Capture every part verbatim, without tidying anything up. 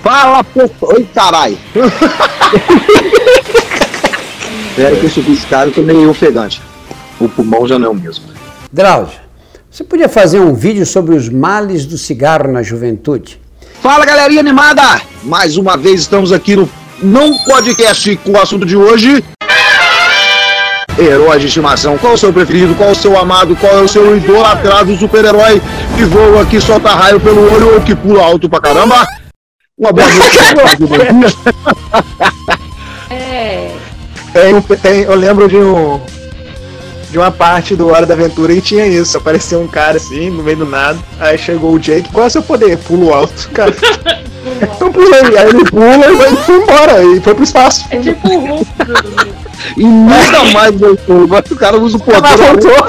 Fala, pô! Oi, carai! Espera que eu subi esse cara, eu tô meio ofegante. O pulmão já não é o mesmo. Drauzio, você podia fazer um vídeo sobre os males do cigarro na juventude? Fala, galerinha animada! Mais uma vez estamos aqui no Não Podcast com o assunto de hoje. Herói de estimação. Qual é o seu preferido? Qual é o seu amado? Qual é o seu idolatrado super-herói que voa, que solta raio pelo olho ou que pula alto pra caramba? Uma boa noite. É. Tem, tem, eu lembro de um de uma parte do Hora da Aventura e tinha isso. Apareceu um cara assim, no meio do nada. Aí chegou o Jake. Qual é o seu poder? Pulo alto, cara. Eu pulei. Aí ele pula e vai- foi embora. E foi pro espaço. É tipo o Hulk. E nunca mais voltou. Mas o cara usa o poder. Ela voltou.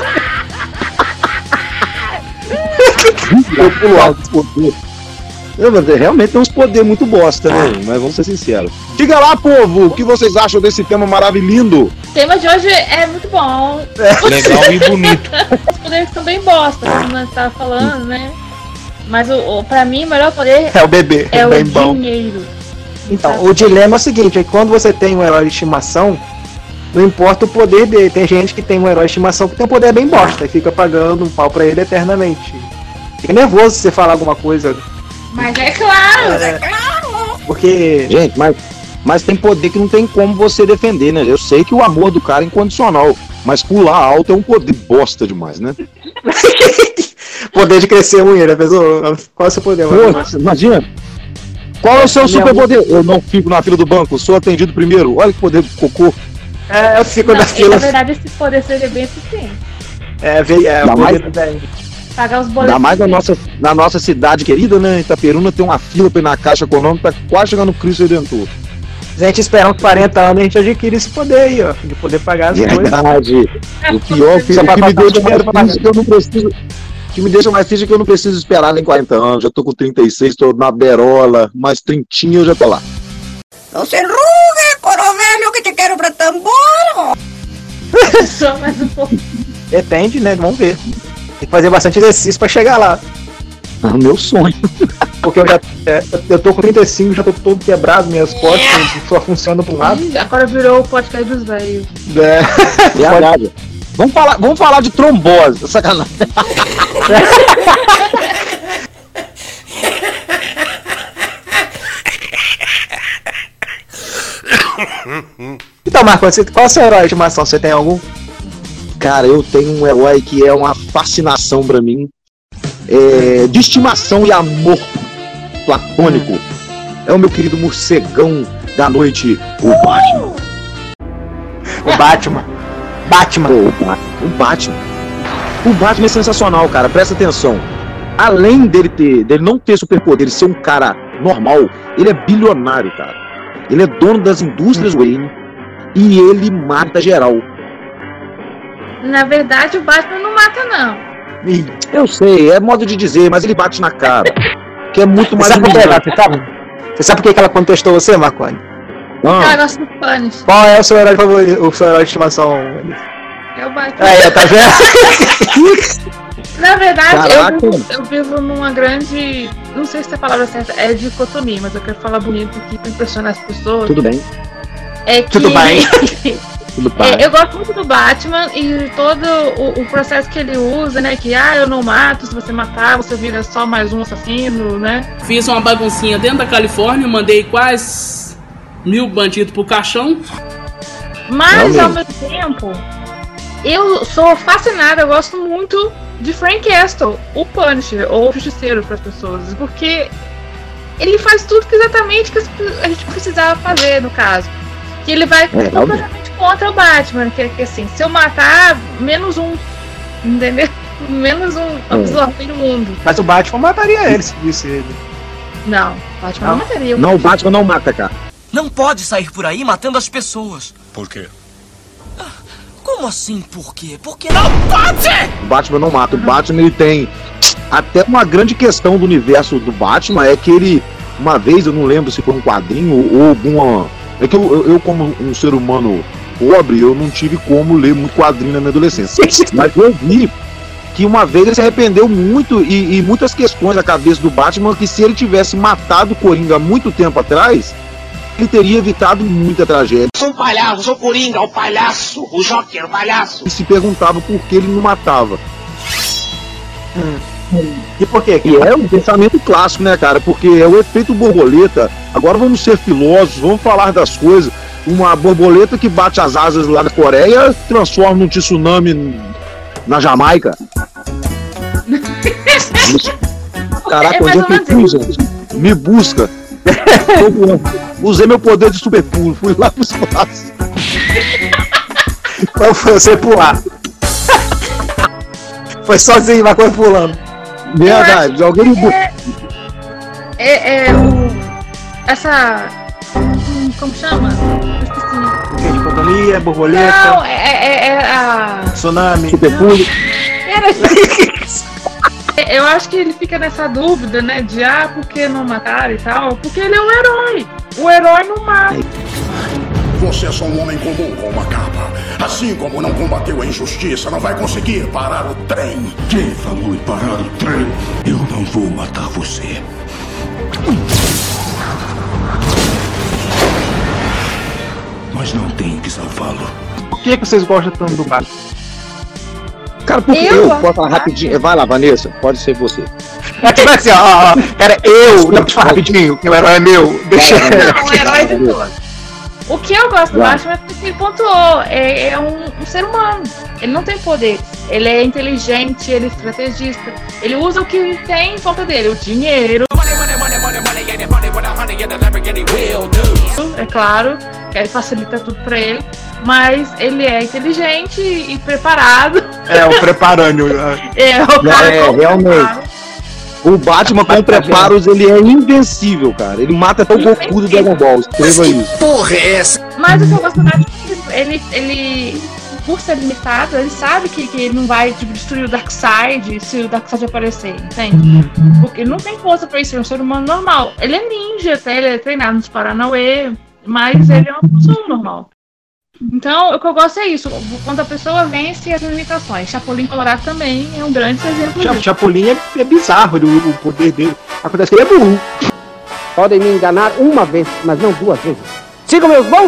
Eu pulo alto, poder. Não, mas realmente tem uns poderes muito bosta, né? Mas vamos ser sinceros. Diga lá, povo, o que vocês acham desse tema maravilhoso? O tema de hoje é muito bom. Legal e bonito. Os poderes são bem bosta, como nós estávamos falando, né? Mas o, o, pra mim, o melhor poder É o bebê. é o bem bom. dinheiro. Então, o dilema é o seguinte, é que quando você tem um herói de estimação, não importa o poder dele. Tem gente que tem um herói de estimação que tem um poder bem bosta e fica pagando um pau pra ele eternamente. Fica nervoso se você falar alguma coisa, Mas é claro, É. porque... Gente, mas, mas tem poder que não tem como você defender, né? Eu sei que o amor do cara é incondicional, mas pular alto é um poder bosta demais, né? poder de crescer unha, né? Pessoal? Qual é o seu poder? mano? Pô, imagina. Qual é o seu superpoder? Eu não fico na fila do banco, sou atendido primeiro. Olha que poder do cocô. É, eu fico não, na e, fila. na verdade esse poder seria bem eficiente. É, veio, é, Dá o mais- poder da- Pagar os Ainda boletos. mais na nossa, na nossa cidade querida, né? Itaperuna tem uma fila pra ir na Caixa Econômica, tá quase chegando no Cristo Redentor. Se a gente esperar uns quarenta anos, a gente adquire esse poder aí, ó. De poder pagar as coisas. Verdade. O pior que, Só o pra que me passar deixa dinheiro pra mais triste é que eu não preciso. O que me deixa mais triste é que eu não preciso esperar nem quarenta anos. Já tô com trinta e seis, tô na berola, mais trintinha eu já tô lá. Não se enrugue, coro velho, que te quero pra tambor. Só mais um pouco. Depende, né? Vamos ver. Tem que fazer bastante exercício pra chegar lá. É o meu sonho. Porque eu já é, eu tô com trinta e cinco, já tô todo quebrado, minhas costas só funcionam pra um lado. Ih, agora virou o podcast dos velhos. É. Verdade. Vamos falar, vamos falar de trombose. Sacanagem. Então, Marco, você- qual é o seu herói de estimação? Você tem algum? Cara, eu tenho um herói que é uma fascinação pra mim. É, de estimação e amor platônico. É o meu querido morcegão da noite, o Batman. O Batman. Batman. Pô, o Batman. O Batman. O Batman é sensacional, cara. Presta atenção. Além dele ter, dele não ter superpoder e ser um cara normal, ele é bilionário, cara. Ele é dono das indústrias Wayne e ele mata geral. Na verdade, o Batman não mata, não. Ih, Eu sei, é modo de dizer, mas ele bate na cara. Que é muito Você mais sabe por que, humilhante. Marco? Você sabe? Você sabe por que que ela contestou você, Marconi? Ela Ah, gosta do Punish. Qual é o seu herói favorito, o seu herói de estimação? É o Batman. Aí, tá vendo? Na verdade, eu Caraca. vivo, eu vivo numa grande. Não sei se a palavra certa é dicotomia, mas eu quero falar bonito aqui pra impressionar as pessoas. tudo bem, É que Tudo bem. tudo bem. é, eu gosto muito do Batman e todo o, o processo que ele usa, né? Que ah, eu não mato, se você matar, você vira só mais um assassino, né? Fiz uma baguncinha dentro da Califórnia, mandei quase mil bandidos pro caixão. Mas ao Realmente. mesmo tempo, eu sou fascinada, eu gosto muito de Frank Castle, o Punisher, ou o Justiceiro para as pessoas, porque ele faz tudo que exatamente que a gente precisava fazer, no caso. Que ele vai realmente. completamente contra o Batman, que é que assim, se eu matar, menos um, entendeu? Menos um absorve no mundo. Mas o Batman mataria ele se visse ele. Não, o Batman não mataria. Não, o Batman não mata, cara. Não pode sair por aí matando as pessoas. Por quê? Como assim por quê? Porque não pode! O Batman não mata. O Batman, ele tem até uma grande questão do universo do Batman, é que ele, uma vez, eu não lembro se foi um quadrinho ou alguma... É que eu, eu, eu, como um ser humano pobre, eu não tive como ler muito quadrinho na minha adolescência. Mas eu vi que uma vez ele se arrependeu muito e, e muitas questões na cabeça do Batman, que se ele tivesse matado o Coringa há muito tempo atrás, ele teria evitado muita tragédia. Sou um palhaço, sou o Coringa, o palhaço, o Joker, o palhaço. E se perguntava por que ele não matava. Hum. E por quê? E é um pensamento clássico, né, cara? Porque é o efeito borboleta. Agora vamos ser filósofos, vamos falar das coisas. Uma borboleta que bate as asas lá da Coreia transforma num tsunami na Jamaica. Caraca, É onde mais é ou que eu menos fui, isso. gente? Me busca. Usei meu poder de super pulo, fui lá pro espaço. Qual foi você pular? Foi sozinho, mas foi pulando. Verdade, alguém me busca. É, é, é o. Essa. hum, Como chama? Eu esqueci. Dicotomia, borboleta, Não, é, é, é a. tsunami. Super pulo. Era Eu acho que ele fica nessa dúvida, né? De ah, por que não mataram e tal? Porque ele é um herói. O herói não mata. Você é só um homem comum com uma capa. Assim como não combateu a injustiça, não vai conseguir parar o trem. Quem falou em parar o trem? Eu não vou matar você. Mas não tenho que salvá-lo. Por que, que vocês gostam tanto do Batman? Cara, porque Eu eu, gosto posso falar rapidinho. Vai lá, Vanessa, pode ser você. É tipo assim, ó, ó, ó, cara, eu, não, tipo, rapidinho, que o herói é meu, deixa. Não, o herói de todos. O que eu gosto do Batman é porque ele pontuou. É, é um, um ser humano. Ele não tem poder. Ele é inteligente, ele é estrategista. Ele usa o que tem em volta dele, o dinheiro. É claro, que aí facilita tudo pra ele. Mas ele é inteligente e preparado. É, o preparâneo. É, o cara É, com realmente. preparo. O Batman com preparos, ele é invencível, cara. Ele mata até o Goku do Dragon Ball. Escreva isso. Porra é essa? Mas o que eu gosto do Batman é que ele, ele, por ser limitado, ele sabe que, que ele não vai tipo, destruir o Darkseid se o Darkseid aparecer, entende? Porque ele não tem força pra isso, ele é um ser humano normal. Ele é ninja até, ele é treinado nos Paranauê, mas ele é uma pessoa normal. Então, o que eu gosto é isso, quando a pessoa vence as limitações. Chapolin Colorado também é um grande exemplo Cha- disso. Chapolin é, é bizarro o, o poder dele. Acontece que ele é burro. Podem me enganar uma vez, mas não duas vezes. Sigam meus bons!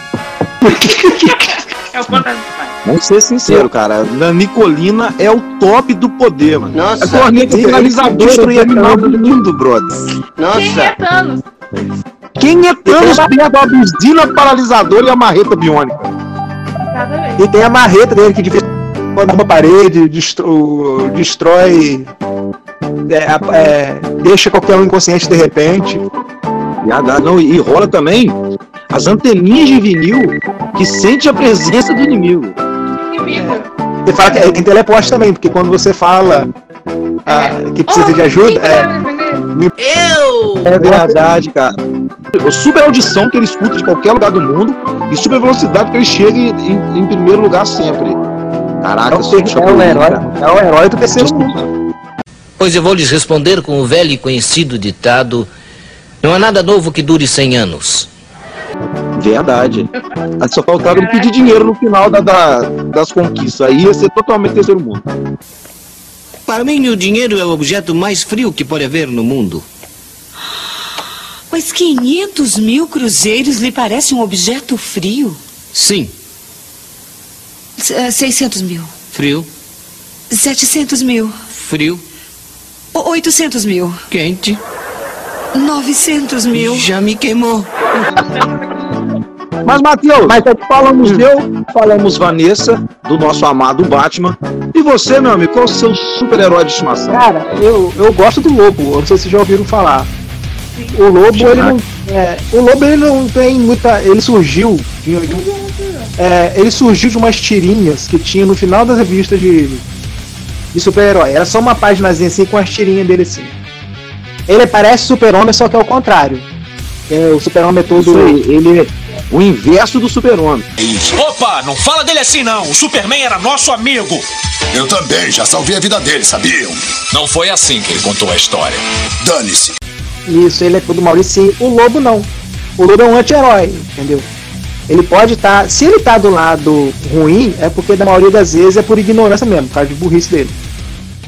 É o contrário do pai. Vamos ser sinceros, cara. Na Nicolina é o top do poder, mano. Nossa. É corneta finalizadora Destruir a criminal do mundo, brother. Quem é Thanos? Quem é Thanos perto da buzina paralisadora e a marreta biônica? Exatamente. E tem a marreta dele que difícil uma parede, destro, destrói. É, a- é, deixa qualquer um inconsciente de repente. E, a- não, e rola também as anteninhas de vinil que sente a presença do inimigo. Inimigo. Ele fala que é, tem teleporte também, porque quando você fala ah, que precisa de ajuda, é, Eu! É verdade, cara. A super audição que ele escuta de qualquer lugar do mundo e super velocidade que ele chega em, em- em primeiro lugar sempre. Caraca, é, o, ter- super é o herói, cara. é o herói do terceiro mundo. Pois eu vou lhes responder com o velho e conhecido ditado: não há nada novo que dure cem anos. Verdade. Aí só faltava ele pedir dinheiro no final da, da- das conquistas. Aí ia ser totalmente terceiro mundo. Para mim, o dinheiro é o objeto mais frio que pode haver no mundo. Mas quinhentos mil cruzeiros lhe parece um objeto frio? Sim, S- eh, seiscentos mil. frio, setecentos mil. frio, O- oitocentos mil. quente, novecentos mil. já me queimou. Mas, Matheus, mas falamos eu, falamos Vanessa, do nosso amado Batman. E você, meu amigo, qual é o seu super-herói de estimação? Cara, eu, eu gosto do Lobo, eu não sei se vocês já ouviram falar. O Lobo, ele não. É, o Lobo ele não tem muita. Ele surgiu. De, de- é, ele surgiu de umas tirinhas que tinha no final das revistas de, de super-herói. Era só uma paginazinha assim com as tirinhas dele assim. Ele parece super-homem, só que é o contrário. É, o super-homem é todo. Isso aí, ele é o inverso do super-homem. Opa, não fala dele assim não. O Superman era nosso amigo. Eu também, já salvei a vida dele, sabiam? Não foi assim que ele contou a história. Dane-se. Isso, ele é todo mauricinho. O Lobo não. O Lobo é um anti-herói, entendeu? Ele pode estar. Se ele tá do lado ruim, é porque na maioria das vezes é por ignorância mesmo, por causa de burrice dele.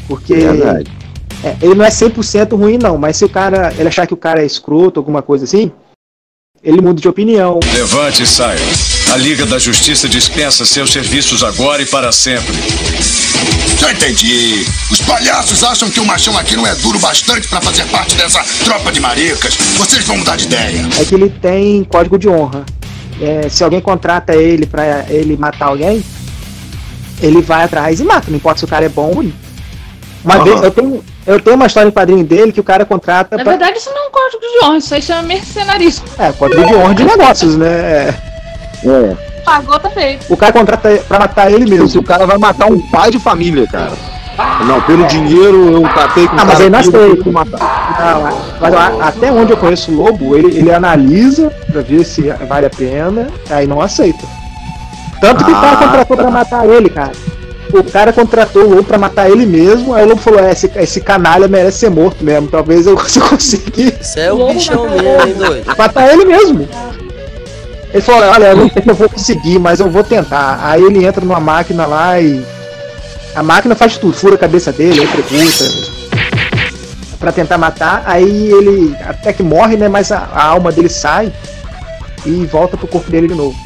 Porque Verdade. é, ele não é cem por cento ruim, não, mas se o cara, ele achar que o cara é escroto, alguma coisa assim, ele muda de opinião. Levante e saia. A Liga da Justiça dispensa seus serviços agora e para sempre. Já entendi. Os palhaços acham que o machão aqui não é duro bastante pra fazer parte dessa tropa de maricas. Vocês vão mudar de ideia. É que ele tem código de honra. É, se alguém contrata ele pra ele matar alguém, ele vai atrás e mata, não importa se o cara é bom ou ruim. Uma Uhum. vez, eu tenho, eu tenho uma história em quadrinho dele que o cara contrata... Na pra... verdade, isso não é um código de honra, isso aí chama mercenarismo. É, código de honra de negócios, né? É. É. Pagou, tá feito. O cara contrata pra matar ele mesmo. Se o cara vai matar um pai de família, cara. Não, pelo dinheiro eu catei com o Ah, mas cara aí não aqui, eu aceita. tenho que matar. Não, mas a- até onde eu conheço o Lobo, ele, ele analisa pra ver se vale a pena, aí não aceita. Tanto que o cara Ah. contratou pra matar ele, cara. O cara contratou o Lobo pra matar ele mesmo, aí o Lobo falou, é, esse, esse canalha merece ser morto mesmo, talvez eu se eu conseguir Isso é o bichão mesmo, hein, doido? matar ele mesmo. Ele falou, olha, eu não sei se eu vou conseguir, mas eu vou tentar. Aí ele entra numa máquina lá e a máquina faz tudo, fura a cabeça dele, eletrocuta, pra tentar matar. Aí ele até que morre, né? Mas a, a alma dele sai e volta pro corpo dele de novo.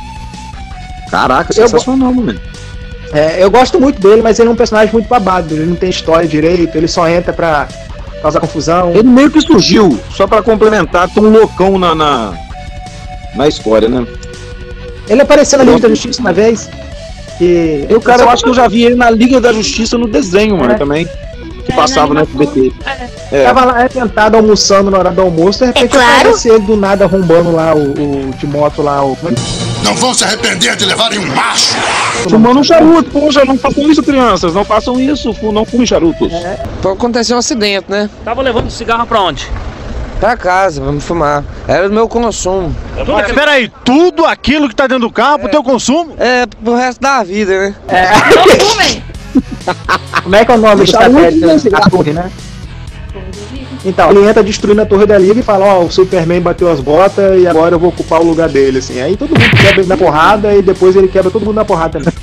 Caraca, Eu sensacional, mano. É, eu gosto muito dele, mas ele é um personagem muito babado. Ele não tem história direito, ele só entra pra causar confusão. Ele meio que surgiu, só pra complementar, tem um loucão na, na, na história, né? Ele apareceu na Liga da Justiça uma vez. Que... Eu, cara, eu acho que eu já vi ele na Liga da Justiça no desenho, mano, É. também. Que passava no F B T. É. Tava lá tentado almoçando na hora do almoço, de repente É claro. aparece ele do nada arrombando lá o, o de moto lá, o. Não vão se arrepender de levarem um macho. Fumando um charuto, poxa, não façam isso, crianças, não façam isso, fu- não fumem charutos. É. Aconteceu um acidente, né? Tava levando cigarro pra onde? Pra casa, vamos fumar. Era o meu consumo. Mas peraí, tudo aquilo que tá dentro do carro pro teu consumo? É, pro resto da vida, né? É. Não fumem! Como é que é o nome do Charuto, satélite? né, cigarro? A torre, né? Então, ele entra destruindo a torre da Liga e fala, ó, o Superman bateu as botas e agora eu vou ocupar o lugar dele, assim. Aí todo mundo quebra ele na porrada e depois ele quebra todo mundo na porrada também.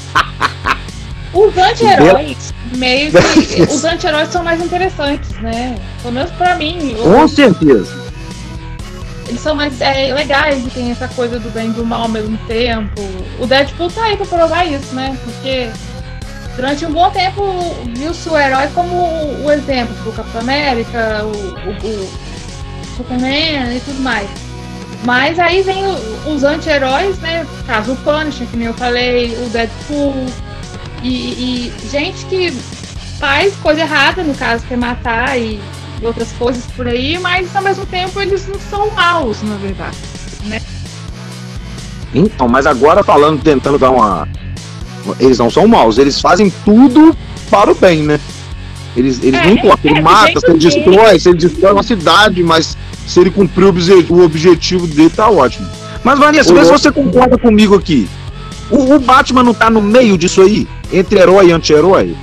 Os anti-heróis, meio que. Os anti-heróis são mais interessantes, né? Pelo menos pra mim. Com Os, certeza. eles são mais é, legais e tem essa coisa do bem e do mal ao mesmo tempo. O Deadpool tá aí pra provar isso, né? Porque durante um bom tempo viu-se o herói como o exemplo do Capitão América, o, o, o Superman e tudo mais. Mas aí vem o- os anti-heróis, né? Caso o Punisher, que nem eu falei, o Deadpool. E, e gente que faz coisa errada, no caso, que é matar e outras coisas por aí, mas ao mesmo tempo eles não são maus, na verdade, né? Então, mas agora falando, tentando dar uma. Eles não são maus, eles fazem tudo para o bem, né? Eles, eles É, não importam, é, ele do mata, jeito se ele dele. destrói, se ele destrói uma cidade, mas se ele cumprir o, obje- o objetivo dele, tá ótimo. Mas, Vanessa, O vê se outro- você concorda comigo aqui. O, o Batman não tá no meio disso aí? Entre herói e anti-herói?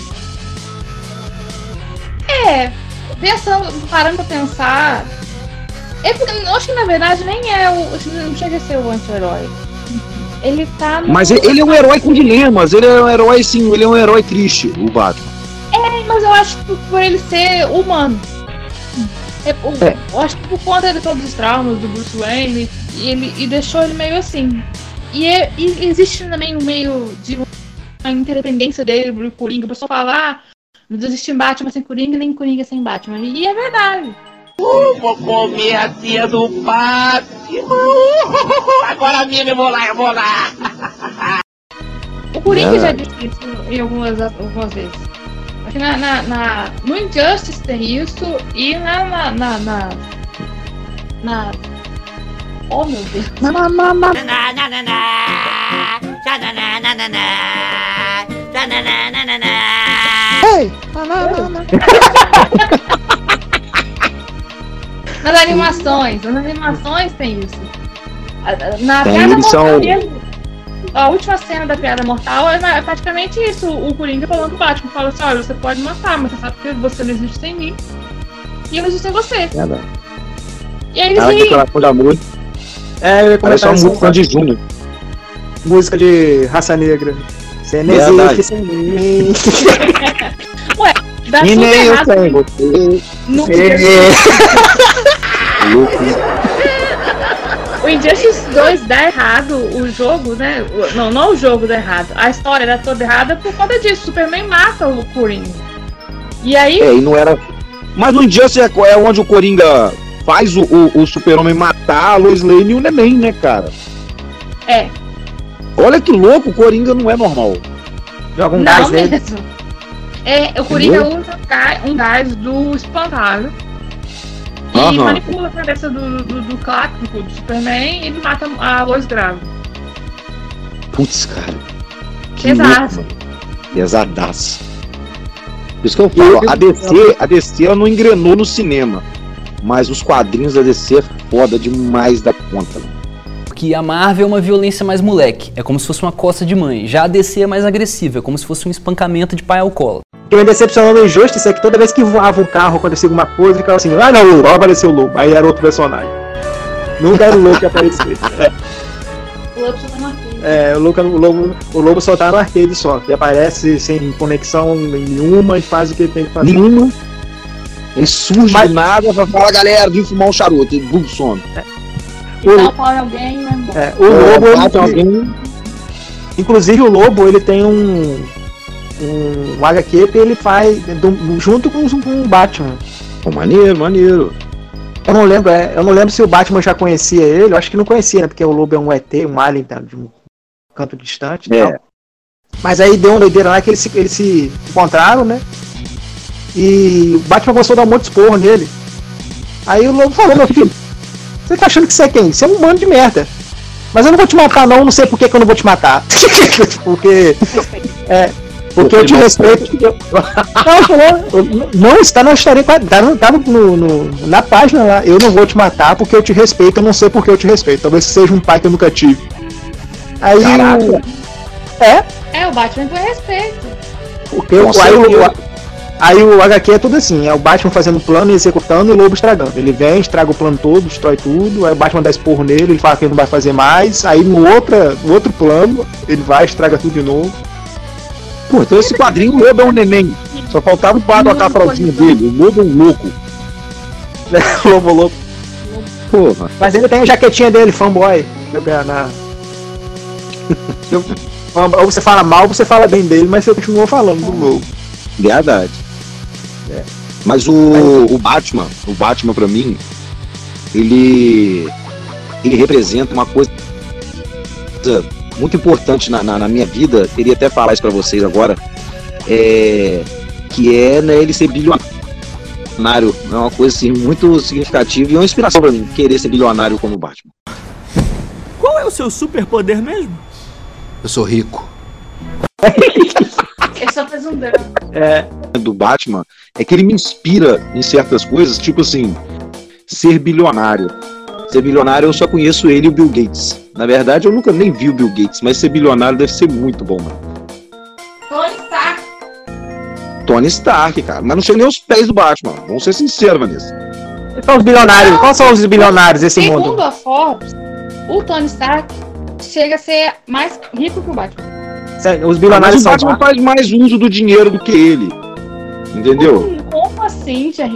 É, pensando, parando pra pensar. É porque eu acho que na verdade nem é o. Não chega a ser o anti-herói. Ele tá no. Mas ele, ele é um herói com dilemas, ele é um herói, sim, ele é um herói triste, o Batman. É, mas eu acho que por, por ele ser humano. É, o- É. Eu acho que por conta de todos os traumas do Bruce Wayne, e ele e deixou ele meio assim. E, é- e existe também um meio de uma independência dele, do Coringa. O pessoal fala, ah, não existe Batman sem Coringa, nem Coringa sem Batman. E é verdade. Uh, vou comer a tia do Batman. Uh, agora mesmo eu vou lá, eu vou lá. O Coringa É. já disse isso em algumas, algumas vezes. Aqui na, na, na- no Injustice tem isso e na. na. na. na, na- oh meu Deus. Na, na, na, na. Ei! Na, na, na, na. Nas animações, nas animações tem isso. A- Na Tem, Piada eles Mortal são- mesmo, a última cena da Piada Mortal é é praticamente isso. O Coringa falando pro Batman, fala assim, olha, você pode matar, mas você sabe que você não existe sem mim. E eu não existo sem você. Verdade. E aí eles Cara, que riem. coração de amor. É, eu ia Parece comentar uma isso. música de Júnior. Música de raça negra. Você não Verdade. existe sem mim. Dá E super nem eu errado. tenho. No- O Injustice dois dá errado, o jogo, né? O- Não, não o jogo dá errado. A história dá toda errada por conta disso. O Superman mata o Coringa. E aí. É, e não era. Mas no Injustice é, é onde o Coringa faz o, o, o Super-Homem matar a Lois Lane e o Neném, né, cara? É. Olha que louco, o Coringa não é normal. Joga um Não gás nele. mesmo. É, o Coringa Entendeu? usa ga- um gás do espantalho. E Aham. manipula a cabeça do, do, do Clark, do Superman, e ele mata a Lois grávida. Putz, cara. Que Pesado. louco, mano. Pesadaço. Por isso que eu falo, a D C, a D C ela não engrenou no cinema. Mas os quadrinhos da D C é foda demais da conta. Que a Marvel é uma violência mais moleque, é como se fosse uma coça de mãe. Já a D C é mais agressiva, é como se fosse um espancamento de pai ao colo. O que me decepcionou no Injustice é que toda vez que voava um carro, acontecia alguma coisa, ele ficava assim, ah não, o Lobo, apareceu o Lobo. Aí era outro personagem. Nunca era o Lobo que aparecia. É. O Lobo só tá no arcade. É, o, Lobo, o, Lobo, o Lobo só tá no arcade só. Ele aparece sem conexão nenhuma e faz o que ele tem que fazer. Nenhuma. Ele surge Mas... do nada pra falar, galera, vim fumar um charuto. Ele bum, some. É. Então, pode alguém, né? É, o é, Lobo, ele, alguém... inclusive o Lobo, ele tem um, um, um H Q que ele faz do, junto com, com o Batman. Oh, maneiro, maneiro. Eu não lembro, é, eu não lembro se o Batman já conhecia ele, eu acho que não conhecia, né? Porque o Lobo é um E T, um alien tá, de um canto distante e é. tal. Mas aí deu uma doideira lá que eles se, eles se encontraram, né? E o Batman começou a dar um monte de esporro nele. Aí o Lobo falou, meu filho, você tá achando que você é quem? Você é um humano de merda. Mas eu não vou te matar não, não sei por que, que eu não vou te matar. porque. É. Porque eu te respeito. Não, não, está na história, tá, no, tá no, no, na página lá. Eu não vou te matar porque eu te respeito, eu não sei por que eu te respeito. Talvez seja um pai que eu nunca tive. Aí. Caraca. É? É, o Batman tem respeito. Porque o, aí, o, aí o H Q é tudo assim, é o Batman fazendo plano e executando e o Lobo estragando. Ele vem, estraga o plano todo, destrói tudo, aí o Batman dá esporro nele, ele fala que ele não vai fazer mais, aí no, outra, no outro plano, ele vai, estraga tudo de novo. Pô, então esse quadrinho, o Lobo é um neném. Só faltava o pai tocar a fraldinha dele. O Lobo é um louco. o Lobo louco. Porra. Mas ele tem a jaquetinha dele, fanboy. Na... Ou você fala mal, você fala bem dele, mas você continua falando do Lobo. Verdade. É. Mas o, o Batman, o Batman pra mim, ele ele representa uma coisa muito importante na, na, na minha vida. Queria até falar isso pra vocês agora, é, que é, né, ele ser bilionário. É uma coisa assim, muito significativa e uma inspiração pra mim, querer ser bilionário como o Batman. Qual é o seu superpoder mesmo? Eu sou rico. Ele só fez um drama. É. Do Batman é que ele me inspira em certas coisas, tipo assim, ser bilionário. Ser bilionário eu só conheço ele e o Bill Gates. Na verdade eu nunca nem vi o Bill Gates, mas ser bilionário deve ser muito bom, mano. Tony Stark. Tony Stark, cara. Mas não chega nem aos pés do Batman. Vamos ser sinceros, Vanessa. Então os bilionários, quais são os bilionários desse Segundo mundo? Segundo a Forbes, o Tony Stark chega a ser mais rico que o Batman. Os bilionários ah, mas o Batman faz mais uso do dinheiro do que ele. Entendeu? Como assim, Jerry?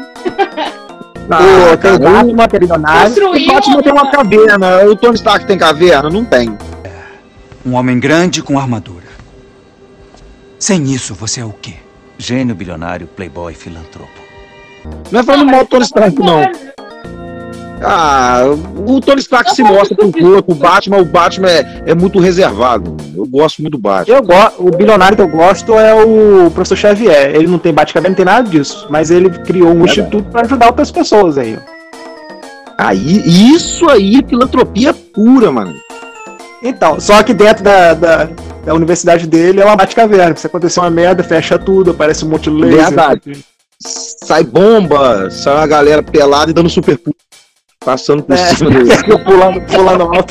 Ah, tem Batman, tem bilionário. O Batman tem uma caverna. O Tony Stark tem caverna? Não tem. Um homem grande com armadura. Sem isso, você é o quê? Gênio, bilionário, playboy, filantropo. Não é falando mal do Tony Stark, não. Ah, o Tony Stark se mostra pro outro, o Batman, o Batman é, é muito reservado. Eu gosto muito do Batman. Eu go o bilionário que eu gosto é o professor Xavier. Ele não tem Batcaverna, não tem nada disso. Mas ele criou um é instituto para ajudar outras pessoas aí. Aí, isso aí é filantropia pura, mano. Então, só que dentro da, da, da universidade dele é uma Batcaverna. Se acontecer uma merda, fecha tudo, aparece um monte de laser. Verdade. Sai bomba, sai uma galera pelada e dando super pulo. Passando por é, cima dele. pulando, pulando alto.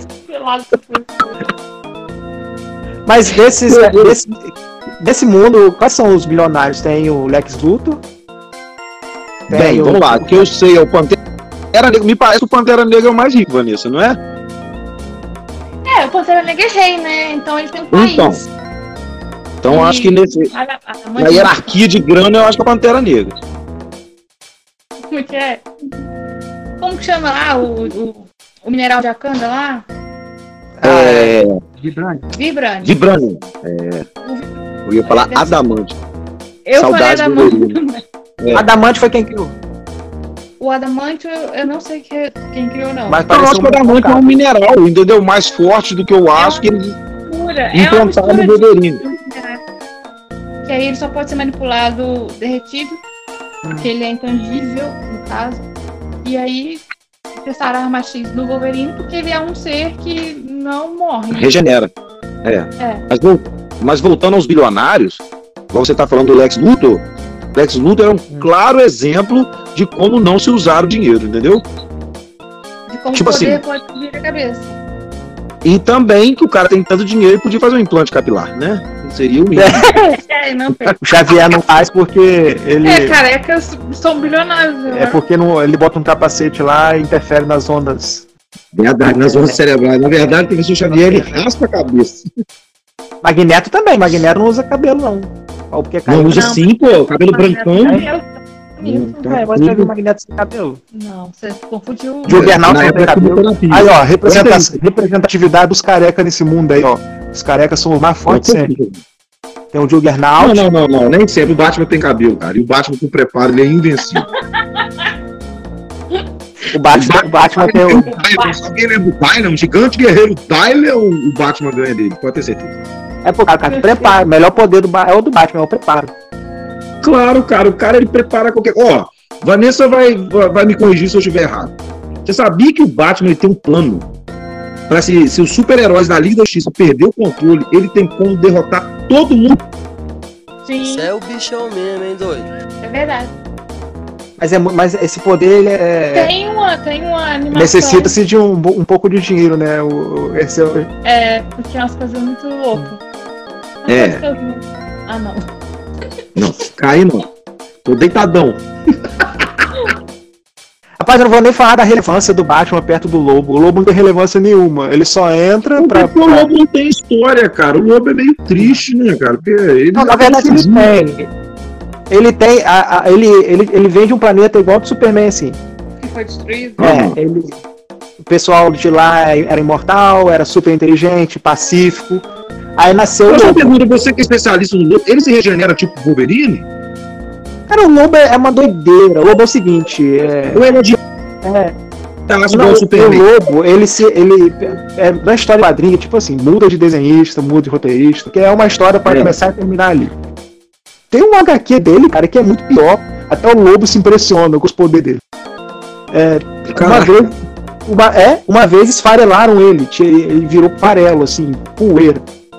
Mas desses, desse, desse mundo, quais são os bilionários? Tem o Lex Luthor? Tem Bem, o... vamos lá. O que eu sei é o Pantera Negra. Me parece que o Pantera Negra é o mais rico, Vanessa, não é? É, o Pantera Negra é rei, né? Então ele tem um país. Então, Então, E acho que nesse, a- a- a na mãe- hierarquia de grana, eu acho que a Pantera Negra. Como que é? Como que chama lá o, o, o mineral de Wakanda lá? É. Vibranium. Vibranium. É, eu ia falar Adamante. Eu Saudades falei do Adamante. Wolverine. É. Adamante foi quem criou. O Adamante, eu, eu não sei que, quem criou, não. Mas Eu acho que o Adamante é um mineral, entendeu? Mais forte do que eu acho que eles mistura, é uma implantaram no mistura de- Wolverine. Que aí ele só pode ser manipulado derretido, porque ele é intangível, no caso. E aí testaram a arma X no Wolverine, porque ele é um ser que não morre. Regenera. É. É. Mas, vol- mas voltando aos bilionários, igual você tá falando do Lex Luthor, Lex Luthor é um claro exemplo de como não se usar o dinheiro, entendeu? De como Tipo o poder assim. pode subir a cabeça. E também que o cara tem tanto dinheiro e podia fazer um implante capilar, né? Seria o mínimo. É, não, pera. O Xavier não faz porque ele. É, carecas são bilionários. eu É acho. porque não, ele bota um capacete lá e interfere nas ondas. Verdade, nas ondas cerebrais. Na verdade, tem que ser o Xavier, ele raspa a cabeça. Magneto também, Magneto não usa cabelo, não. Ó, porque caiu. Não usa sim, pô, cabelo brancão. É, mas teve o Magneto sem cabelo. Não, você confundiu. Juggernaut Na não tem época cabelo. da terapia. Aí, ó, representa- Presta representatividade dos carecas nesse mundo aí, ó. Os carecas são os mais fortes sempre. Tem o Juggernaut. Não, não, não, não, nem sempre o Batman tem cabelo, cara. E o Batman com preparo, ele é invencível. O Batman, o Batman tem o. Se alguém lembra do Tyler, um gigante guerreiro Tyler, o o Batman ganha dele, pode ter certeza. É por causa do preparo. O melhor poder do Ba- é o do Batman, é o preparo. Claro, cara, o cara ele prepara qualquer. Ó, Vanessa vai, vai, vai me corrigir se eu estiver errado. Você sabia que o Batman ele tem um plano pra se, se os super-heróis da Liga da Justiça perder o controle, ele tem como derrotar todo mundo? Sim. Você é o bichão mesmo, hein, doido? É verdade. Mas, é, mu- mas esse poder, ele é. Tem uma, tem uma animação. Necessita-se de um, bo- um pouco de dinheiro, né? O, o- esse é o- É, porque é umas coisas muito loucas. É. Ah, não. Não, cai não. Tô deitadão. Rapaz, eu não vou nem falar da relevância do Batman perto do Lobo. O Lobo não tem relevância nenhuma. Ele só entra pra. Porque o Lobo não tem história, cara. O Lobo é meio triste, né, cara? Porque ele Não, na verdade ele tem. Ele tem. A, a- ele, ele, ele vem de um planeta igual do Superman, assim. Que foi destruído. É, ele, o pessoal de lá era imortal, era super inteligente, pacífico. Aí nasceu o Eu só Lobo. pergunto, você que é especialista no Lobo, ele se regenera tipo Wolverine? Cara, o Lobo é uma doideira. O Lobo é o seguinte. É, Ou ele é de. é, Tá, não, igual o o Superman. Lobo, ele se. Ele, é, na história de quadrinho, tipo assim, muda de desenhista, muda de roteirista, que é uma história pra É. começar e terminar ali. Tem um H Q dele, cara, que é muito pior. Até o Lobo se impressiona com os poderes dele. É, uma Caraca. vez. Uma, é, uma vez esfarelaram ele, tinha- ele virou farelo, assim, poeira.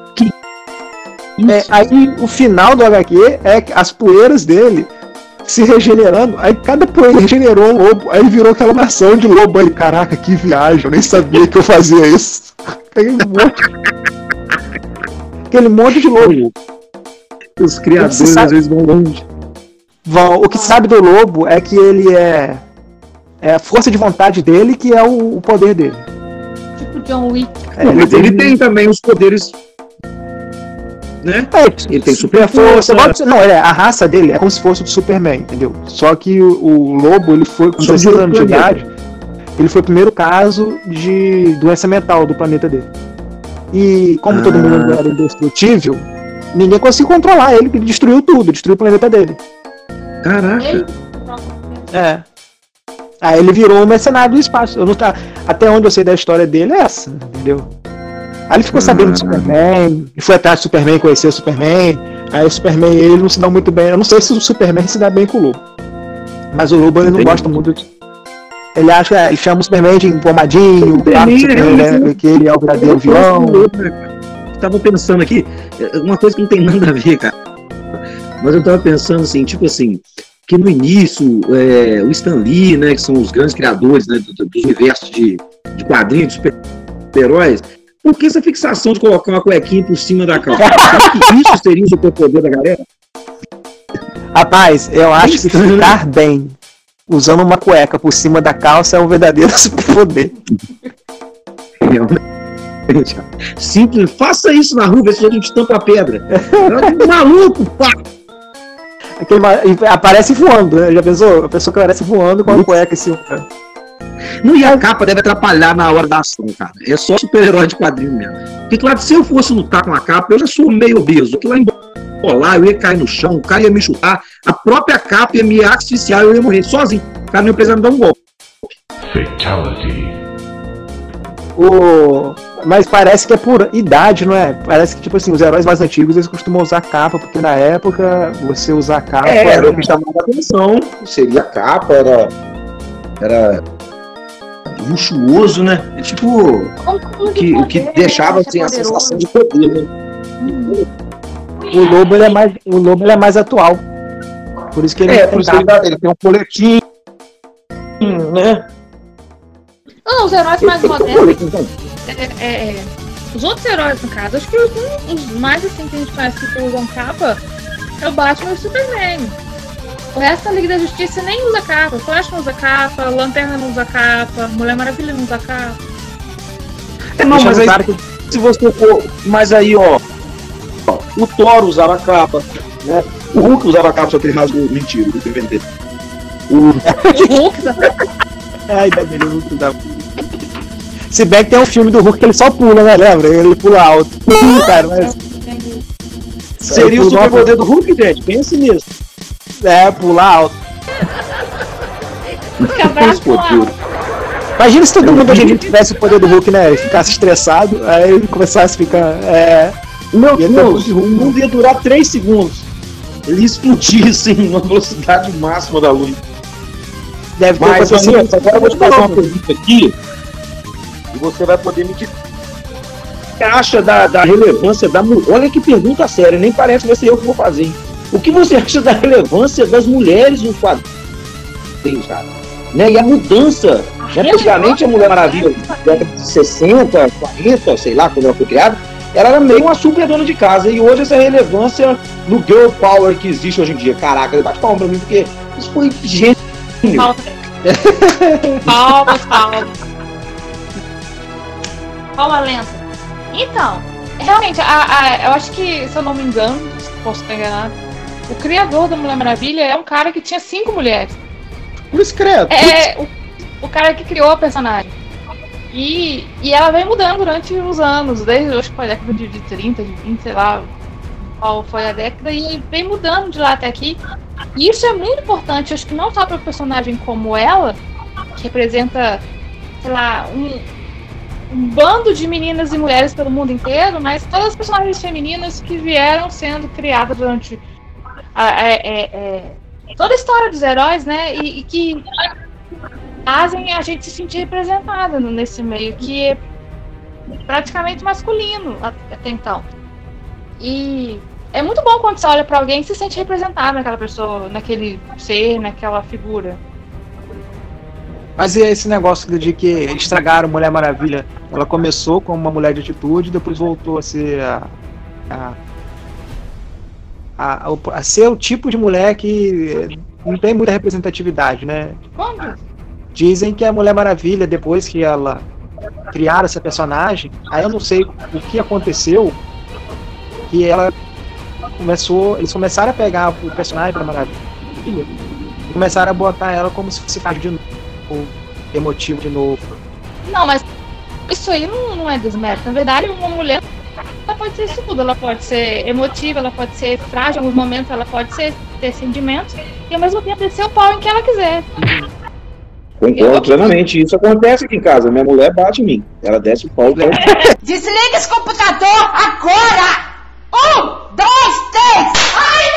É, aí o final do H Q é que as poeiras dele se regenerando, aí cada poeira regenerou um lobo, aí virou aquela nação de lobo aí. Caraca, que viagem, eu nem sabia que eu fazia isso. Aquele monte, aquele monte de lobo. Os criadores Você sabe- às vezes vão longe. Vão, o que se sabe do lobo é que ele é, é a força de vontade dele que é o, o poder dele. Tipo John Wick. É, Não, mas ele tem também os poderes. Né? É, Ele tem super super força. força. Não, é, a raça dele é como se fosse o do Superman, entendeu? Só que o, o lobo, ele foi com Só sessenta de anos de planeta. idade, ele foi o primeiro caso de doença mental do planeta dele. E como todo Ah. mundo era indestrutível, ninguém conseguiu controlar ele, ele destruiu tudo, destruiu o planeta dele. Caraca. É. Aí ele virou um mercenário do espaço. Eu não, tá- até onde eu sei da história dele é essa, entendeu? Aí ele ficou sabendo do Superman, ele foi atrás do Superman, conhecer o Superman. Aí o Superman e ele não se dão muito bem. Eu não sei se o Superman se dá bem com o Lobo. Mas o Lobo ele não Entendi. gosta muito de. Ele acha, ele chama o Superman de empomadinho, o Superman, Superman, realmente, né, que ele é o verdadeiro vilão. Eu tava pensando aqui, é, uma coisa que não tem nada a ver, cara. Mas eu tava pensando assim, tipo assim, que no início, é, o Stan Lee, né, que são os grandes criadores, né, do, do, dos universos de, de quadrinhos, de super-heróis, por que essa fixação de colocar uma cuequinha por cima da calça? Será que isso seria o superpoder da galera? Rapaz, eu acho que estranho, né? ficar bem usando uma cueca por cima da calça é o verdadeiro superpoder. Simples, faça isso na rua, vê se a gente tampa a pedra. Maluco, pá! Aquele, aparece voando, né? Já pensou? A pessoa que aparece voando com a cueca assim. Não, e a capa deve atrapalhar na hora da ação, cara. É só super-herói de quadrinho mesmo. Porque, claro, se eu fosse lutar com a capa, eu já sou meio obeso. Que lá embolar, eu ia cair no chão, o cara ia me chutar, a própria capa ia me asfixiar, eu ia morrer sozinho. O cara não ia precisar me dar um golpe. Fatality. O... Mas parece que é por idade, não é? Parece que, tipo assim, os heróis mais antigos, eles costumam usar capa, porque na época, você usar capa... É, era o que chamava a atenção. Seria capa, era... Era... luxuoso, né? É tipo... O que, o que deixava, assim, a sensação de poder, né? O Lobo, ele é mais, o Lobo ele é mais atual. Por isso que ele, é, por isso que ele, ele tem um coletinho, né? Não, os heróis mais modernos... É, é, é, os outros heróis, no caso, acho que os, os mais assim que a gente conhece que usam capa é o Batman e o Superman. O resto da Liga da Justiça nem usa capa. Flash não usa capa, Lanterna não usa capa, Mulher Maravilha não usa capa. É, não, mas aí, que... se você for... Mas aí, ó, ó, o Thor usava capa, né? O Hulk usava capa, só que ele rasgou. Mentira, eu inventei. O, o Hulk usava capa. Ai, dele, o Hulk usava. Se bem que tem um filme do Hulk que ele só pula, né? Lembra? Ele pula alto. Cara, mas... Seria o superpoder do Hulk, gente? Pense nisso. É, pular alto. Imagina se todo mundo hoje em dia tivesse o poder do Hulk, né? Ele ficasse estressado, aí ele começasse a ficar. É... Meu Deus, o mundo ia durar três segundos. Ele explodisse em uma velocidade máxima da luz. Deve ter. Mas, Anitta, agora eu vou te fazer uma pergunta aqui. E você vai poder me dizer o que você acha da, da relevância da mulher. Olha que pergunta séria, nem parece que vai ser eu que vou fazer, hein? O que você acha da relevância das mulheres nos quadrinhos, cara? Né? E a mudança. Né? Antigamente a Mulher Maravilha, década de sessenta, quarenta, sei lá, quando ela foi criada, ela era meio uma super dona de casa. E hoje essa relevância no girl power que existe hoje em dia. Caraca, bate palma pra mim, porque isso foi gênio. Palmas, palmas. Palma lenta. Então, realmente, a, a, eu acho que, se eu não me engano, posso estar enganado, o criador da Mulher Maravilha é um cara que tinha cinco mulheres. Por isso, credo. É, o, o cara que criou a personagem. E, e ela vem mudando durante os anos, desde, acho que foi a década de trinta, de vinte, sei lá qual foi a década, e vem mudando de lá até aqui. E isso é muito importante, acho que não só para um personagem como ela, que representa, sei lá, um... um bando de meninas e mulheres pelo mundo inteiro, mas todas as personagens femininas que vieram sendo criadas durante a, a, a, a, toda a história dos heróis, né, e, e que fazem a gente se sentir representada nesse meio, que é praticamente masculino até então. E é muito bom quando você olha pra alguém e se sente representado naquela pessoa, naquele ser, naquela figura. Mas e esse negócio de que estragaram Mulher Maravilha? Ela começou como uma mulher de atitude, depois voltou a ser a, a, a, a, a ser o tipo de mulher que não tem muita representatividade, né? Como? Dizem que a Mulher Maravilha, depois que ela criaram essa personagem, aí eu não sei o que aconteceu, que ela começou, eles começaram a pegar o personagem da Maravilha e começaram a botar ela como se fosse de novo, emotivo de novo. Não, mas isso aí não, não é desmérito. Na verdade, uma mulher ela pode ser isso tudo. Ela pode ser emotiva, ela pode ser frágil, em alguns momentos ela pode ser, ter sentimentos e ao mesmo tempo descer o pau em que ela quiser. Concordo plenamente. Isso acontece aqui em casa. Minha mulher bate em mim. Ela desce o pau. Então... Desliga esse computador agora! Um, dois, três! Ai,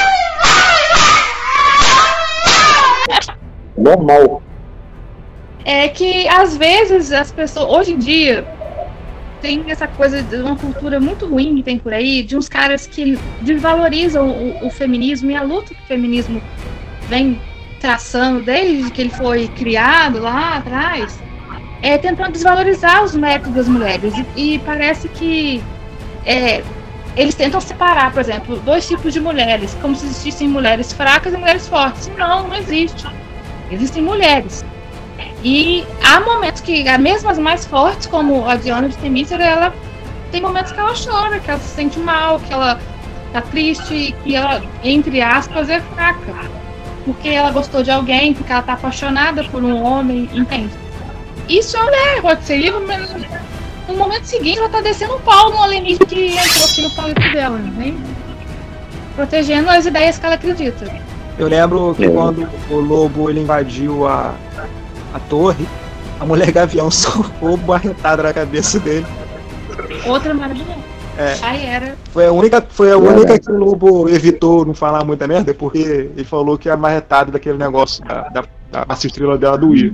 normal. É que às vezes as pessoas, hoje em dia, tem essa coisa de uma cultura muito ruim que tem por aí, de uns caras que desvalorizam o, o feminismo e a luta que o feminismo vem traçando desde que ele foi criado lá atrás, é tentando desvalorizar os méritos das mulheres. E, e parece que é, eles tentam separar, por exemplo, dois tipos de mulheres, como se existissem mulheres fracas e mulheres fortes. Não, não existe. Existem mulheres. E há momentos que, mesmo as mais fortes, como a Diana de Temícera, ela tem momentos que ela chora, que ela se sente mal, que ela tá triste, que ela, entre aspas, é fraca. Porque ela gostou de alguém, porque ela tá apaixonada por um homem, entende? Isso é mulher, pode ser livre, mas no momento seguinte ela tá descendo um pau no alienígena que entrou aqui no palito dela, né? Protegendo as ideias que ela acredita. Eu lembro que quando o lobo ele invadiu a, a torre, a mulher gavião socou uma retada na cabeça dele. Outra maravilhosa. É. Aí era. Foi a única, foi a única que o lobo evitou não falar muita merda, porque ele falou que a marretada daquele negócio da, da, da massa estrela dela doía.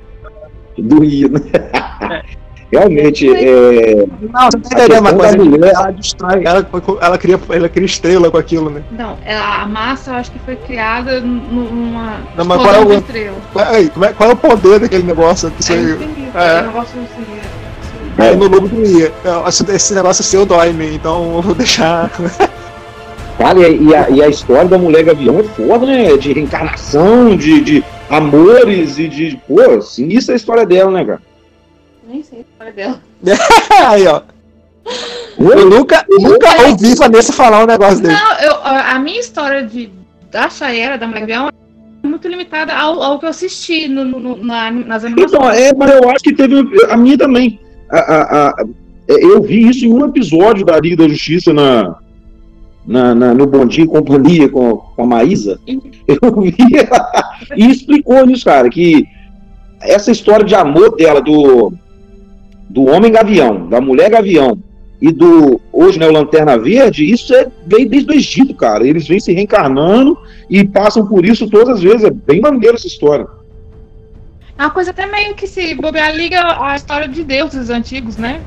Doía, né? Realmente, é. Não, você não tá entendendo uma coisa. Mulher, ela destrói, ela, ela, cria, ela cria estrela com aquilo, né? Não, a massa eu acho que foi criada numa. Não, mas qual é, o, estrela. Qual, é, qual é o poder daquele negócio? Que é, você, entendi, é. é. negócio não seria. Aí no lobo doía. Esse negócio seu dói-me, então eu vou deixar. Cara, e a, e a história da mulher gavião é foda, né? De reencarnação, de, de amores e de. Pô, sinistra a história dela, né, cara? Nem sei a história dela. Aí, ó. Eu nunca, eu nunca ouvi Vanessa falar um negócio dele. Não, eu, a minha história de, da Chayera, da mulher gavião, é muito limitada ao, ao que eu assisti no, no, na, nas animações. Então, é, mas eu acho que teve. A minha também. A, a, a, eu vi isso em um episódio da Liga da Justiça na, na, na, no Bom Dia e Companhia com, com a Maísa. Eu vi e explicou isso, cara, que essa história de amor dela, do, do homem gavião, da mulher gavião e do, hoje, né, o Lanterna Verde, isso é, veio desde o Egito, cara. Eles vêm se reencarnando e passam por isso todas as vezes. É bem maneiro essa história. É uma coisa até meio que se bobear liga a história de deuses antigos, né?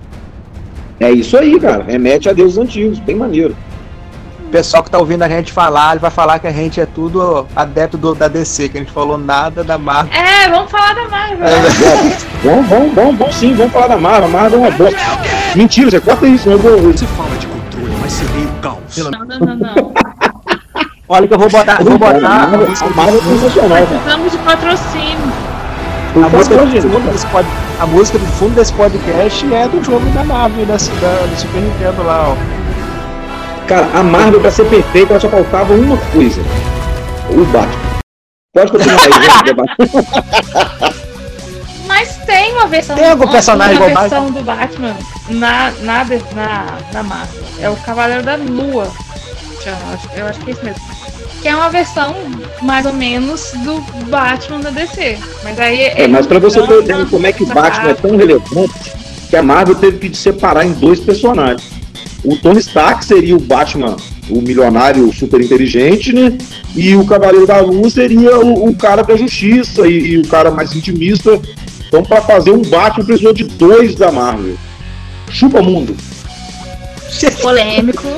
É isso aí, cara. Remete a deuses antigos, bem maneiro. O pessoal que tá ouvindo a gente falar, ele vai falar que a gente é tudo adepto do, da D C, que a gente falou nada da Marvel. É, vamos falar da Marvel. É, é, vamos, vamos, vamos, vamos sim, vamos falar da Marvel. A Marvel é uma bosta. Mentira, você corta isso, eu vou. Você fala de controle, mas se meio caos. Não, não, não, não. Olha que eu vou botar. Eu vou botar a Marvel é sensacional, cara. Precisamos de patrocínio. A música, pod... a música do fundo desse podcast é do jogo da Marvel, da, da, do Super Nintendo lá, ó. Cara, a Marvel, pra ser perfeita, ela só faltava uma coisa: o Batman. Pode continuar aí, Mas tem uma versão, tem algum personagem uma igual versão do Batman na, na, na, na Marvel. É o Cavaleiro da Lua. Eu acho que é isso mesmo. Que é uma versão, mais ou menos, do Batman da D C. Mas aí... É, mas pra você ter ideia como é que o Batman é tão relevante, que a Marvel teve que separar em dois personagens. O Tony Stark seria o Batman, o milionário super inteligente, né? E o Cavaleiro da Lua seria o, o cara da justiça e, e o cara mais intimista. Então, pra fazer um Batman, precisou de dois da Marvel. Chupa mundo. Polêmico.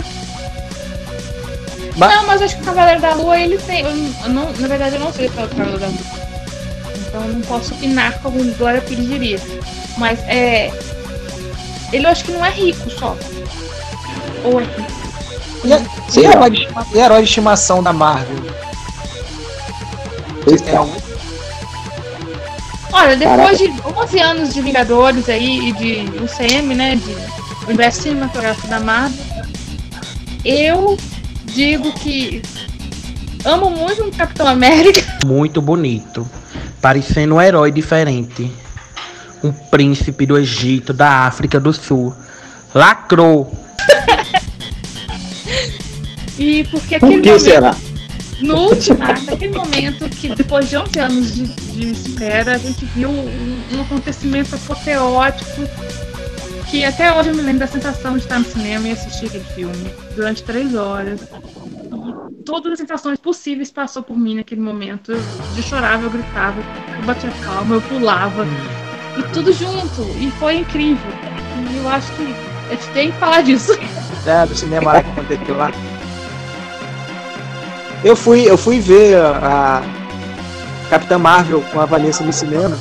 Não, mas acho que o Cavaleiro da Lua, ele tem... Eu não, na verdade, eu não sei qual é o Cavaleiro da Lua. Então, eu não posso opinar como Glória Pires diria. Mas, é... Ele, eu acho que não é rico, só. Ou é rico. E, a, e, herói de, e herói de estimação da Marvel? Vocês têm algum? Olha, depois de onze anos de Vingadores aí, e de U C M, né, de Universo Cinematográfico da Marvel, eu... digo que amo muito o Capitão América. Muito bonito. Parecendo um herói diferente. Um príncipe do Egito, da África do Sul. Lacrou. E porque Por aquele que momento, será? no Ultimato, naquele momento que depois de onze anos de, de espera, a gente viu um, um acontecimento apoteótico que até hoje eu me lembro da sensação de estar no cinema e assistir aquele filme durante três horas. E todas as sensações possíveis passou por mim naquele momento. Eu, eu chorava, eu gritava, eu batia palma, eu pulava. E tudo junto. E foi incrível. E eu acho que a gente tem que falar disso. É, do cinema lá que aconteceu lá. Eu fui, eu fui ver a, a Capitã Marvel com a Vanessa no cinema.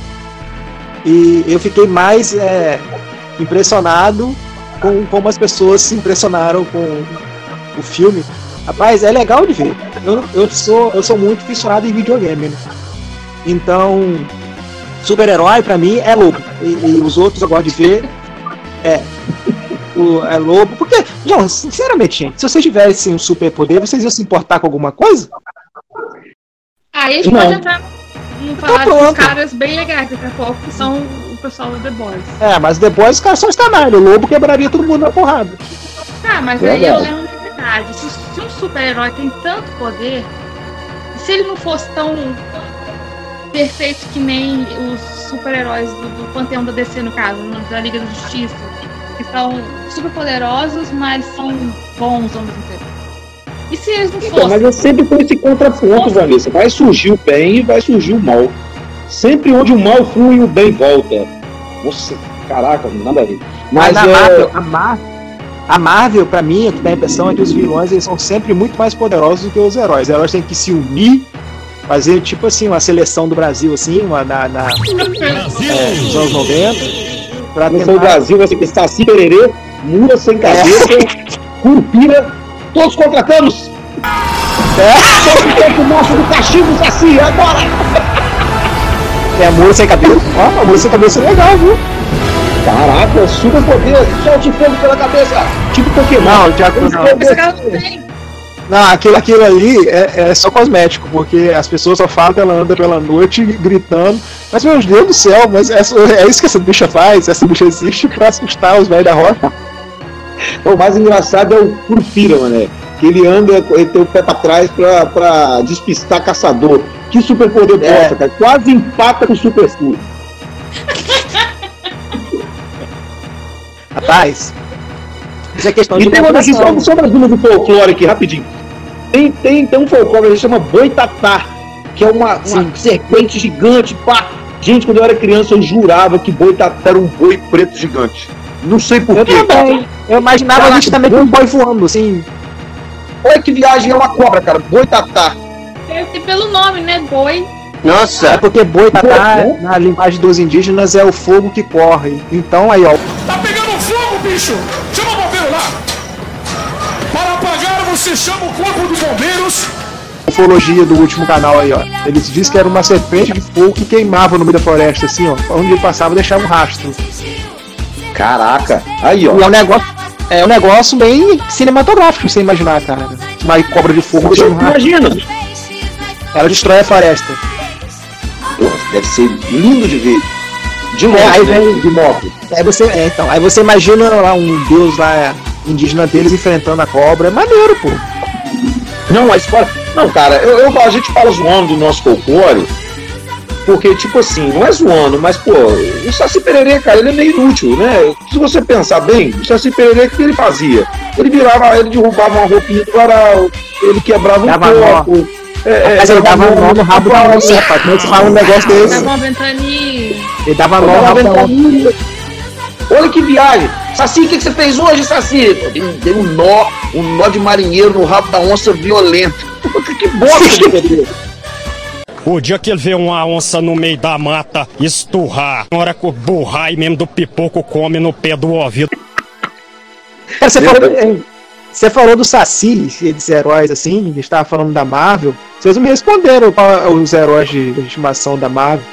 E eu fiquei mais... É, impressionado com como as pessoas se impressionaram com o filme. Rapaz, é legal de ver. Eu, eu, sou, eu sou muito fissurado em videogame, né? Então, super-herói pra mim é Lobo. E, e os outros eu gosto de ver. É. O, é Lobo. Porque, João, sinceramente, gente, se vocês tivessem um superpoder, vocês iam se importar com alguma coisa? Aí a gente Não. pode entrar no Tá falar pronto. dos caras bem legais daqui a pouco, que são o pessoal do The Boys. É, mas The Boys, os caras são os canalhas. O Lobo quebraria todo mundo na porrada. Tá, mas aí eu lembro de verdade. Se, se um super-herói tem tanto poder, se ele não fosse tão perfeito que nem os super-heróis do, do Panteão da D C, no caso, no- da Liga da Justiça, que são super poderosos, mas são bons ao mesmo tempo. E se eles não Então, fossem? mas é sempre com esse contraponto, Vanessa. Vai surgir o bem e vai surgir o mal. Sempre onde o mal flui, o bem volta. Nossa, caraca, nada a ver. Mas, Mas, a, é... Marvel, a, Mar- a Marvel, pra mim, o que dá a impressão é que os vilões eles são sempre muito mais poderosos do que os heróis. Os heróis têm que se unir, fazer tipo assim, uma seleção do Brasil, assim, uma, na, na, é, nos anos noventa. Pra no tentar... Brasil vai ser que Saci Pererê, Mula sem cabeça, Curupira, todos contratamos! É. Todo o tempo nosso do cachimbo, Saci, agora! É, Mula sem cabeça. Ó, a Mula sem cabeça é legal, viu? Caraca, super poder, solte fogo pela cabeça, tipo Pokémon. Não, já não. Não, aquilo, aquilo ali é, é só cosmético, porque as pessoas só falam que ela anda pela noite gritando. Mas, meu Deus do céu, mas essa, é isso que essa bicha faz? Essa bicha existe pra assustar os velhos da roça. O mais engraçado é o Curupira, mané. Que ele anda, ele tem o pé pra trás pra, pra despistar caçador. Que superpoder É. bosta, cara. Quase empata com o Super Fur. Rapaz, isso é questão E de tem uma aqui, só, interpretação. só mais uma do folclore aqui, rapidinho. Tem, tem, tem um folclore que se chama Boitatá, que é uma, uma serpente gigante, pá. Gente, quando eu era criança, eu jurava que Boitatá era um boi preto gigante. Não sei Eu porquê. também. Eu imaginava Caraca, justamente um boi voando, assim. Olha que viagem, é uma cobra, cara. Boitatá. Deve ser pelo nome, né? Boi. Nossa, é porque boitatá, na linguagem dos indígenas, é o fogo que corre. Então, aí, ó. Tá pegando fogo, bicho! Chama o bombeiro lá! Para apagar, você chama o corpo de bombeiros! Ufologia do último canal aí, ó. Eles dizem que era uma serpente de fogo que queimava no meio da floresta, assim, ó. Onde ele passava, deixava um rastro. Caraca. Aí, ó. E é um negócio, é um negócio bem cinematográfico, você imaginar, cara. Uma cobra de fogo deixando um rastro. Imagina. Ela destrói a floresta. Pô, deve ser lindo de ver. De longe, É, aí né? vem- De moto. Aí você, é, então, aí você imagina lá um deus lá indígena deles enfrentando a cobra. É maneiro, pô. Não, a história. Não, cara, eu, eu- a gente fala zoando do nosso folclore, porque, tipo assim, não é zoando, mas, pô, o Saci Pererê, cara, ele é meio inútil, né? Se você pensar bem, o Saci Pererê, o que ele fazia? Ele virava, ele derrubava uma roupinha do varal, ele quebrava um Dava copo. É, Mas ele dava nó no rabo da onça, rapaz. Como é que você fala um negócio desse? Dava uma ventania. Ele dava nó no rabo da onça. Olha que viagem! Saci, o que, que você fez hoje, Saci? Pô, Dei, dei um nó, um nó de marinheiro no rabo da onça violento. Que, que bosta de poder! O dia que ele vê uma onça no meio da mata esturrar, na hora que o burrai mesmo do pipoco come no pé do ouvido. Cara, você falou, é, você falou do Saci, esses heróis assim, a gente tava falando da Marvel. Vocês não me responderam qual os heróis de, de estimação da Marvel.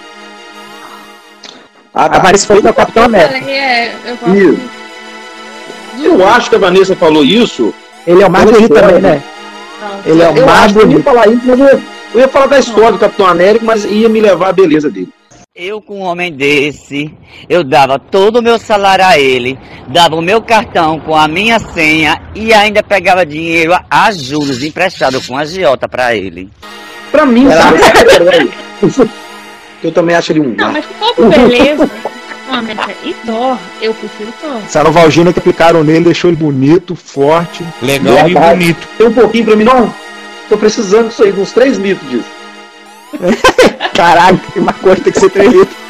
Ah, A Vanessa falou da Capitão América. É, eu gosto. Isso. Eu acho que a Vanessa falou isso. Ele é o mais bonito também, né? Ele é o eu mais acho que eu ia bonito. falar isso, mas eu, eu ia falar da história do Capitão América, mas ia me levar a beleza dele. Eu com um homem desse, eu dava todo o meu salário a ele, dava o meu cartão com a minha senha e ainda pegava dinheiro a juros emprestado com a agiota pra ele. Pra mim, Era- sabe? Super-herói. Eu também acho ele um. Não, mas se for por beleza, Capitão América e Thor, eu prefiro Thor. Essa Novalgina que aplicaram nele deixou ele bonito, forte. Legal e bonito. Tem um pouquinho pra mim, não? Tô precisando disso aí, uns três litros disso. Caraca, tem uma coisa, tem que ser três litros.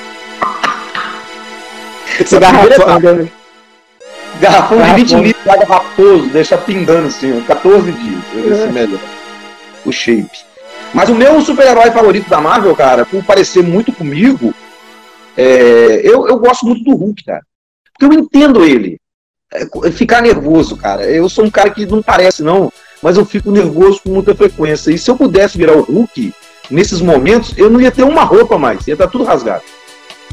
Esse garrafão. né? Garrafão de Garrafão. vinte litros, cada raposo, deixa pingando assim, ó, quatorze dias. Pra ver se é melhor. O shape. Mas o meu super-herói favorito da Marvel, cara, por parecer muito comigo, é, eu, eu gosto muito do Hulk, cara. Porque eu entendo ele. É, ficar nervoso, cara. Eu sou um cara que não parece, não, mas eu fico nervoso com muita frequência. E se eu pudesse virar o Hulk, nesses momentos, eu não ia ter uma roupa mais, ia estar tudo rasgado.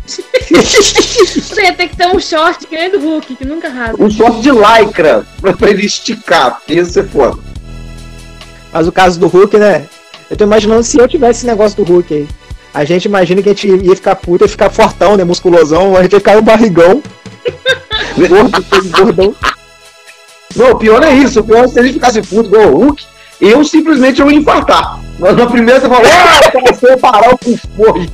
Você ia ter que ter um short que nem do Hulk, que nunca rasga. Um short de lycra pra, pra ele esticar. Isso é foda. Mas o caso do Hulk, né? Eu tô imaginando se eu tivesse esse negócio do Hulk aí. A gente imagina que a gente ia ficar puto, ia ficar fortão, né? Musculosão, a gente ia ficar um barrigão. Gordo, gordão. Não, o pior é isso. O pior é se a gente ficasse puto igual o Hulk, eu simplesmente eu ia infartar. Mas na primeira você falou, ah, cara, você ia parar o conforto.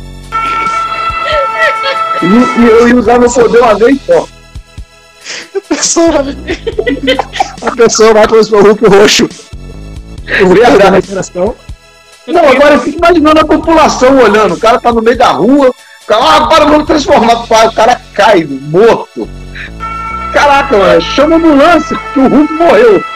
E, e eu ia usar meu poder uma vez só. A pessoa, a pessoa vai transformar o Hulk roxo. O Hulk da respiração. Não, agora eu fico imaginando a população olhando. O cara tá no meio da rua, o cara, ah, agora vamos transformar. O cara cai, morto. Caraca, mano, chama a ambulância, que o Hulk morreu.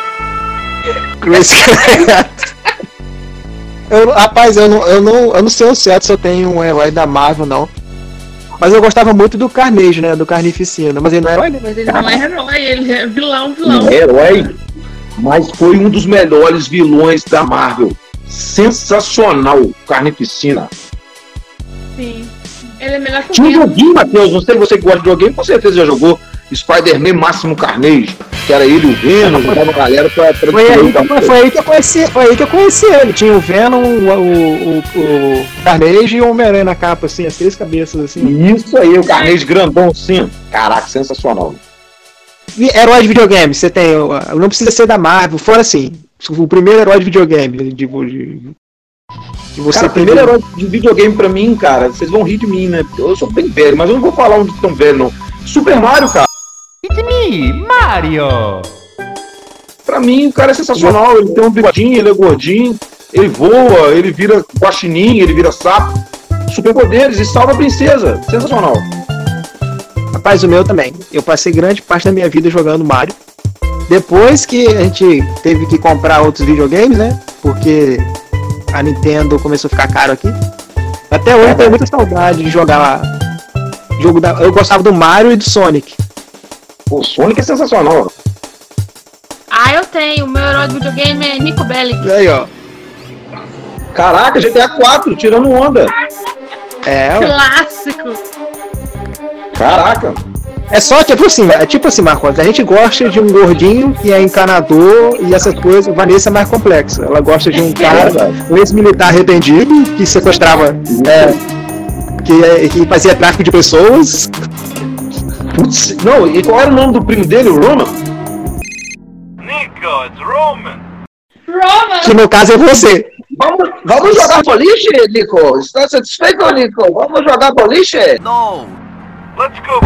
eu, rapaz, eu não, eu, não, eu não sei ao certo se eu tenho um herói da Marvel, não. Mas eu gostava muito do Carnage, né? Do Carnificina. Mas ele não é herói, né? Mas ele não é herói, ele é vilão, vilão. Não é herói, mas foi um dos melhores vilões da Marvel. Sensacional, Carnificina. Sim. Ele é melhor que o Tinha um Venom. joguinho, Matheus, não sei se você que gosta de joguinho, com certeza já jogou Spider-Man Máximo Carnage, que era ele e o Venom, jogava a galera pra... pra foi, aí que, foi aí que eu conheci, foi aí que eu conheci ele. Tinha o Venom, o, o, o, o Carnage e o Homem-Aranha na capa, assim, as três cabeças, assim. Isso aí, o Carnage grandão, assim. Caraca, sensacional. E herói de videogame, você tem, não precisa ser da Marvel, fora assim, o primeiro herói de videogame, de, de, de você. Cara, o primeiro herói de videogame pra mim, cara, vocês vão rir de mim, né? Eu sou bem velho, mas eu não vou falar um de tão velho, não. Super Mario, cara. It's me, Mario! Pra mim, o cara é sensacional. Ele tem um bigodinho, ele é gordinho, ele voa, ele vira guaxinim, ele vira sapo. Superpoderes e salva a princesa. Sensacional. Rapaz, o meu também. Eu passei grande parte da minha vida jogando Mario. Depois que a gente teve que comprar outros videogames, né? Porque a Nintendo começou a ficar caro aqui. Até hoje eu tenho muita saudade de jogar jogo da... Eu gostava do Mario e do Sonic. O Sonic é sensacional. Ah, eu tenho. O meu herói de videogame é Nico Bellic. E aí, ó. Caraca, G T A quatro, tirando onda. É, ó. Clássico. Caraca. É só tipo assim, é tipo assim, Marcos, a gente gosta de um gordinho que é encanador e essas coisas. Vanessa é mais complexa. Ela gosta de um cara, um ex-militar arrependido que sequestrava, é, que, que fazia tráfico de pessoas. Putz, não, e qual era o nome do primo dele, o Roman? Nico, it's Roman. Roman. Que no caso é você. Vamos, vamos jogar boliche, Nico? Está satisfeito, Nico? Vamos jogar boliche? No. Let's go.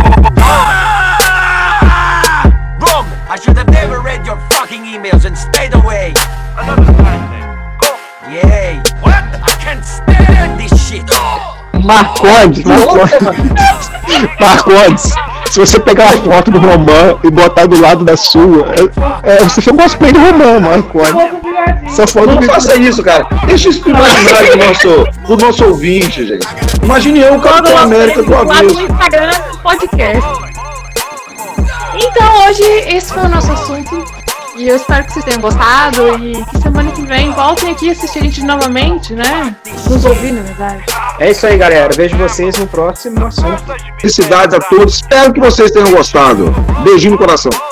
Wrong! I should have never read your fucking emails and stayed away. Another time then. Go. Yay. What? I can't stand this shit. Marcondes, Marcondes. Marcondes. Se você pegar a foto do Roman e botar do lado da sua, é, é, você fez um cosplay do Roman, Marcondes. Só foto não do... faça isso, cara. Deixa isso pro imaginário do nosso, do nosso ouvinte, gente. Imagine eu, o Capitão América do avesso. No Instagram do podcast. Então hoje esse foi o nosso assunto. E eu espero que vocês tenham gostado e que semana que vem voltem aqui assistir a gente novamente, né? Nos ouvir, na verdade. É isso aí, galera. Vejo vocês no próximo assunto. Felicidades a todos. Espero que vocês tenham gostado. Beijinho no coração.